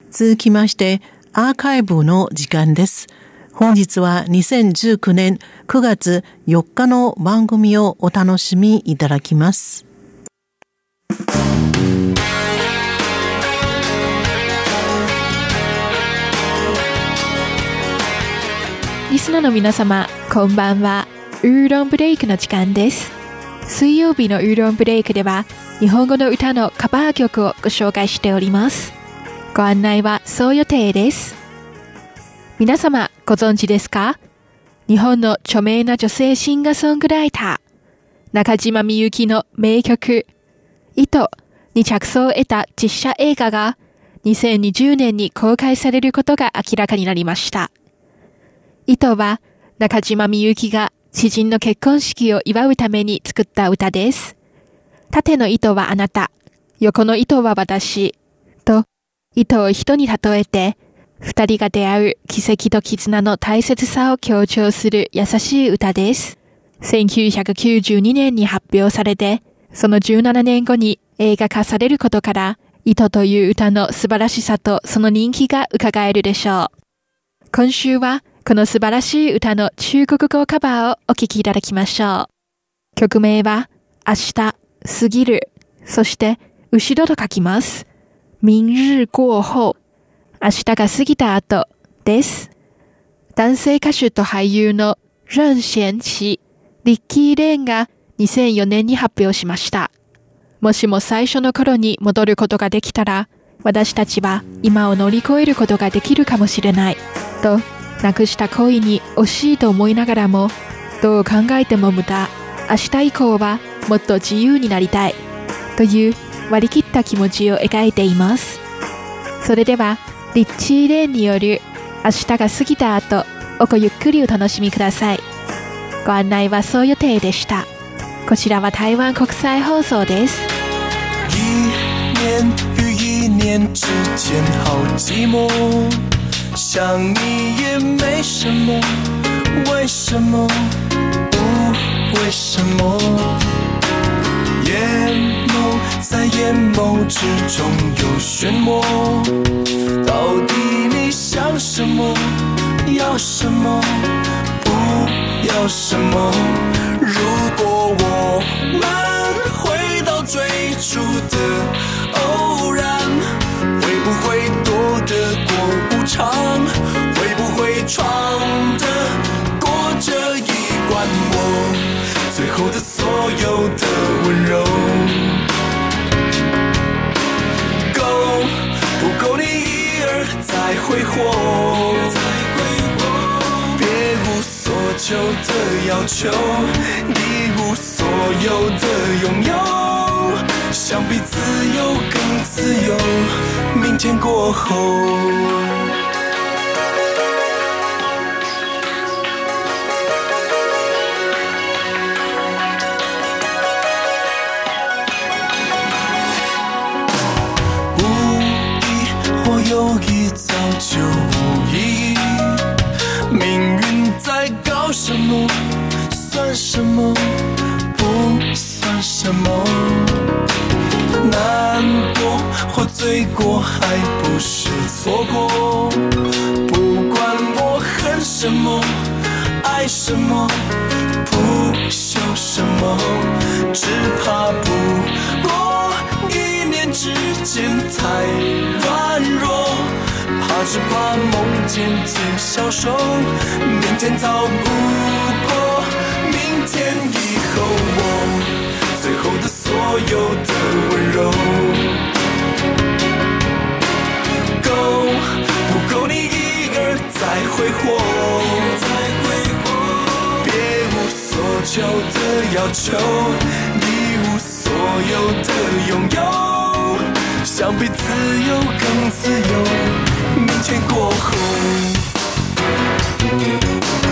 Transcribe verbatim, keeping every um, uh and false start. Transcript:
続きましてアーカイブの時間です。本日はにせんじゅうきゅうねんくがつよっかの番組をお楽しみいただきます。 リスナーの皆様、こんばんは。ウーロンブレイクの時間です。水曜日のウーロンブレイクでは日本語の歌のカバー曲をご紹介しております。ご案内はそう予定です。皆様ご存知ですか？日本の著名な女性シンガーソングライター中島みゆきの名曲糸に着想を得た実写映画がにせんにじゅうねんに公開されることが明らかになりました。糸は中島みゆきが知人の結婚式を祝うために作った歌です。縦の糸はあなた、横の糸は私と糸を人に例えて二人が出会う奇跡と絆の大切さを強調する優しい歌です。せんきゅうひゃくきゅうじゅうにねんに発表されて、そのじゅうななねんごに映画化されることから、糸という歌の素晴らしさとその人気が伺えるでしょう。今週はこの素晴らしい歌の中国語カバーをお聴きいただきましょう。曲名は明日、過ぎる、そして後ろと書きます。明日過後。明日が過ぎた後です。男性歌手と俳優の任賢齊、リッキー・レーンがにせんよねんに発表しました。もしも最初の頃に戻ることができたら、私たちは今を乗り越えることができるかもしれない。と、なくした恋に惜しいと思いながらも、どう考えても無駄。明日以降はもっと自由になりたい。という割り切った気持ちを描いています。それでは、リッチー・レーンによる明日が過ぎた後をごゆっくりお楽しみください。ご案内はそう予定でした。こちらは台湾国際放送です。 一年与一年之間好寂寞，想你也沒什麼，為什麼不為什麼，眼眸在眼眸之中有漩渦，到底你想什麼，要什麼，不要什麼，如果我們回到最初的偶然，會不會躲得過無常，會不會闖得過這一關，我最後的所有的溫柔夠不夠你一而再揮霍，別無所求的要求，一無所有的擁有，想比自由更自由，明天過後有意早就無意義，命運在搞什麼，算什麼，不算什麼，難過或罪過還不是錯過，不管我恨什麼，愛什麼，不修什麼，只怕不過一念之間太軟弱，怕只怕夢漸漸消瘦，明天逃不過明天以後，我最後的所有的溫柔夠不夠你一而再揮霍，別無所求的要求，一無所有的擁有，想比自由更自由，明天過後